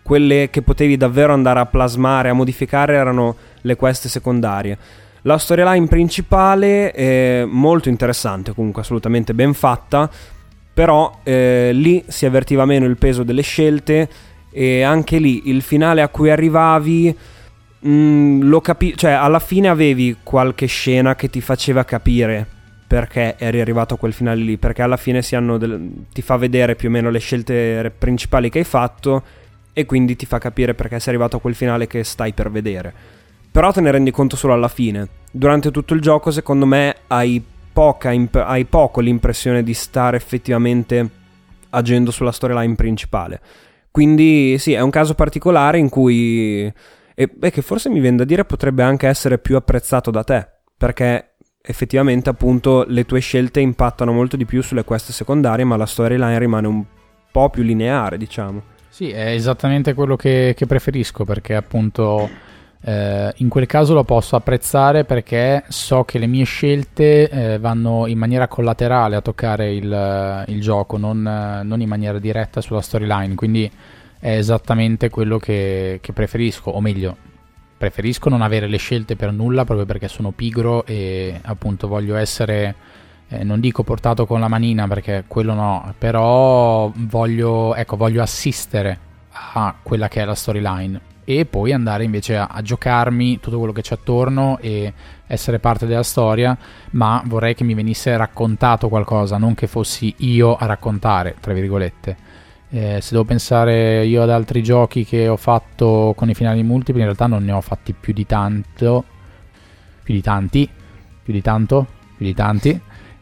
quelle che potevi davvero andare a plasmare, a modificare, erano le quest secondarie. La storyline principale è molto interessante, comunque assolutamente ben fatta, però eh, lì si avvertiva meno il peso delle scelte, e anche lì il finale a cui arrivavi mh, lo capi- cioè alla fine avevi qualche scena che ti faceva capire perché eri arrivato a quel finale lì, perché alla fine si hanno del- ti fa vedere più o meno le scelte principali che hai fatto, e quindi ti fa capire perché sei arrivato a quel finale che stai per vedere. Però te ne rendi conto solo alla fine. Durante tutto il gioco, secondo me, hai poca imp- hai poco l'impressione di stare effettivamente agendo sulla storyline principale. Quindi sì, è un caso particolare in cui e beh, che forse mi viene da dire potrebbe anche essere più apprezzato da te, perché effettivamente appunto le tue scelte impattano molto di più sulle quest secondarie, ma la storyline rimane un po' più lineare, diciamo.
Sì, è esattamente quello che, che preferisco, perché appunto eh, in quel caso lo posso apprezzare perché so che le mie scelte eh, vanno in maniera collaterale a toccare il, il gioco, non, non in maniera diretta sulla storyline, quindi è esattamente quello che, che preferisco, o meglio, preferisco non avere le scelte per nulla proprio perché sono pigro e appunto voglio essere... Eh, non dico portato con la manina perché quello no, però voglio, ecco, voglio assistere a quella che è la storyline e poi andare invece a, a giocarmi tutto quello che c'è attorno e essere parte della storia, ma vorrei che mi venisse raccontato qualcosa, non che fossi io a raccontare, tra virgolette. Eh, se devo pensare io ad altri giochi che ho fatto con i finali multipli, in realtà non ne ho fatti più di tanto, più di tanti, più di tanto, più di tanti.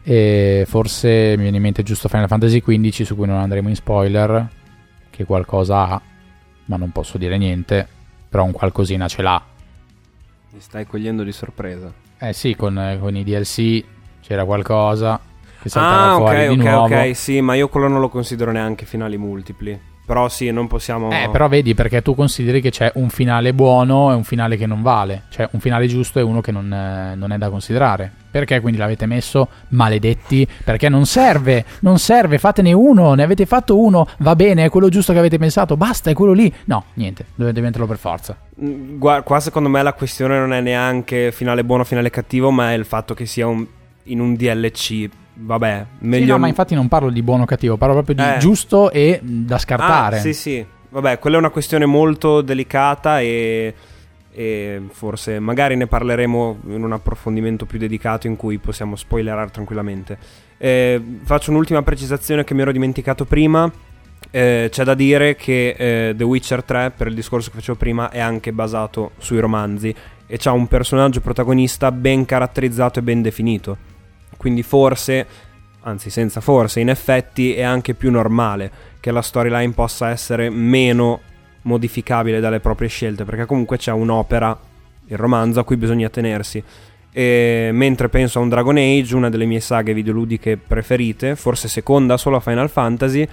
E forse mi viene in mente giusto Final Fantasy quindici, su cui non andremo in spoiler, che qualcosa ha, ma non posso dire niente, però un qualcosina ce l'ha.
Mi stai cogliendo di sorpresa.
Eh sì, con, con i D L C c'era qualcosa che saltava
ah,
fuori
ok,
di
ok,
nuovo.
ok, sì, ma io quello non lo considero neanche finali multipli. Però sì, non possiamo...
Eh, però vedi, perché tu consideri che c'è un finale buono e un finale che non vale. Cioè, un finale giusto e uno che non, eh, non è da considerare. Perché quindi l'avete messo, maledetti? Perché non serve, non serve, fatene uno, ne avete fatto uno, va bene, è quello giusto che avete pensato, basta, è quello lì. No, niente, dovete metterlo per forza.
Guarda, qua secondo me la questione non è neanche finale buono, finale cattivo, ma è il fatto che sia un, in un D L C... Vabbè, meglio...
Sì, no, ma infatti non parlo di buono o cattivo, parlo proprio di
eh.
giusto e da scartare.
Ah, sì, sì. Vabbè, quella è una questione molto delicata e, e forse magari ne parleremo in un approfondimento più dedicato in cui possiamo spoilerare tranquillamente. Eh, faccio un'ultima precisazione che mi ero dimenticato prima. Eh, c'è da dire che eh, The Witcher tre, per il discorso che facevo prima, è anche basato sui romanzi e c'ha un personaggio protagonista ben caratterizzato e ben definito. Quindi forse, anzi senza forse, in effetti è anche più normale che la storyline possa essere meno modificabile dalle proprie scelte, perché comunque c'è un'opera, il romanzo, a cui bisogna tenersi. E mentre penso a un Dragon Age, una delle mie saghe videoludiche preferite, forse seconda solo a Final Fantasy,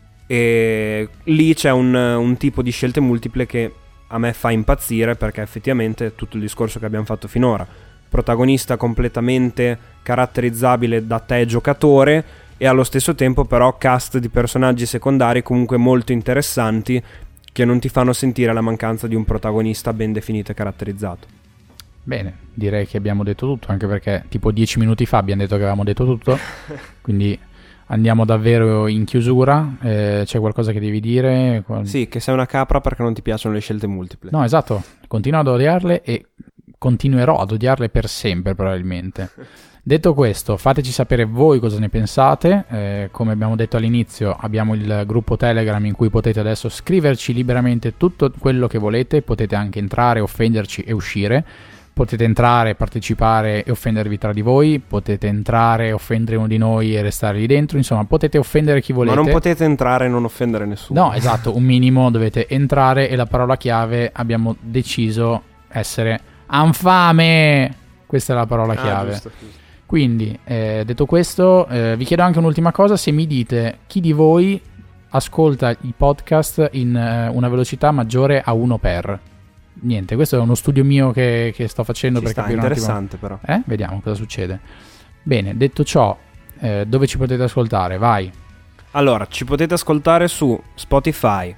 e lì c'è un, un tipo di scelte multiple che a me fa impazzire, perché effettivamente è tutto il discorso che abbiamo fatto finora. Protagonista completamente caratterizzabile da te giocatore e allo stesso tempo però cast di personaggi secondari comunque molto interessanti che non ti fanno sentire la mancanza di un protagonista ben definito e caratterizzato.
Bene, direi che abbiamo detto tutto, anche perché tipo dieci minuti fa abbiamo detto che avevamo detto tutto, quindi andiamo davvero in chiusura. Eh, c'è qualcosa che devi dire?
Sì, che sei una capra perché non ti piacciono le scelte multiple.
No, esatto, continuo ad odiarle e continuerò ad odiarle per sempre probabilmente. Detto questo, fateci sapere voi cosa ne pensate. Eh, come abbiamo detto all'inizio, abbiamo il gruppo Telegram in cui potete adesso scriverci liberamente tutto quello che volete, potete anche entrare, offenderci e uscire, potete entrare, partecipare e offendervi tra di voi, potete entrare, offendere uno di noi e restare lì dentro, insomma potete offendere chi volete.
Ma non potete entrare e non offendere nessuno.
No, esatto, un minimo dovete entrare e la parola chiave abbiamo deciso essere Anfame, questa è la parola chiave. Ah, giusto, giusto. Quindi, eh, detto questo, eh, vi chiedo anche un'ultima cosa: se mi dite chi di voi ascolta i podcast in eh, una velocità maggiore a uno per. Niente, questo è uno studio mio che, che sto facendo
ci
per
sta,
capire
interessante
un attimo.
però.
Eh? Vediamo cosa succede. Bene, detto ciò, eh, dove ci potete ascoltare? Vai.
Allora, ci potete ascoltare su Spotify,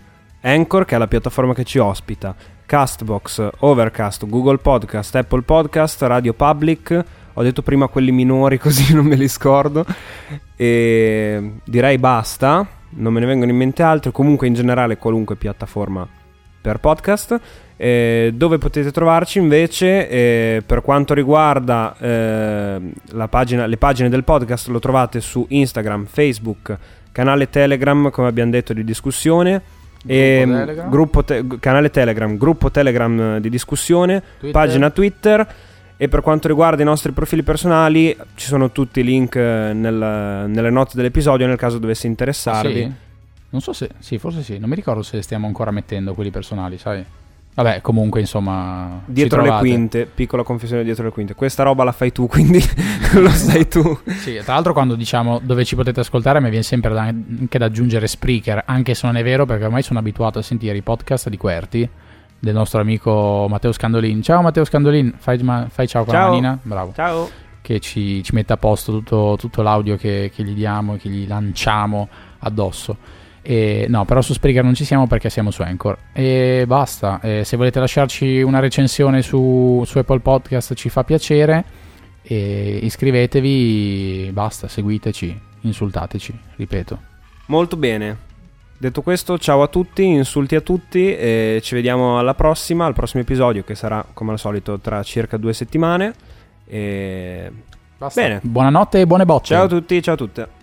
Anchor, che è la piattaforma che ci ospita, Castbox, Overcast, Google Podcast, Apple Podcast, Radio Public. Ho detto prima quelli minori così non me li scordo. E direi basta, non me ne vengono in mente altri. Comunque in generale qualunque piattaforma per podcast. Eh, dove potete trovarci invece, eh, per quanto riguarda eh, la pagina, le pagine del podcast, lo trovate su Instagram, Facebook, canale Telegram, come abbiamo detto, di discussione, gruppo e Telegram. Gruppo te- canale Telegram, gruppo Telegram di discussione, Twitter. Pagina Twitter. E per quanto riguarda i nostri profili personali, ci sono tutti i link nel, nelle note dell'episodio nel caso dovesse interessarvi.
Ah, sì? Non so se, sì, forse sì, non mi ricordo se stiamo ancora mettendo quelli personali, sai? Vabbè, comunque, insomma,
dietro le quinte, piccola confessione dietro le quinte. Questa roba la fai tu, quindi lo sai tu.
Sì, tra l'altro quando diciamo dove ci potete ascoltare mi viene sempre da, anche da aggiungere Spreaker, anche se non è vero, perché ormai sono abituato a sentire i podcast di Querti, del nostro amico Matteo Scandolin. Ciao Matteo Scandolin, fai, ma, fai ciao con ciao. La manina, bravo.
Ciao.
Che ci, ci mette a posto tutto, tutto l'audio che, che gli diamo e che gli lanciamo addosso. E, no, però su Spreaker non ci siamo perché siamo su Anchor. E basta. E se volete lasciarci una recensione su, su Apple Podcast ci fa piacere. E iscrivetevi, basta, seguiteci, insultateci, ripeto.
Molto bene. Detto questo, ciao a tutti, insulti a tutti e ci vediamo alla prossima, al prossimo episodio che sarà come al solito tra circa due settimane. E
basta.
Bene.
Buonanotte e buone botte.
Ciao a tutti, ciao a tutte.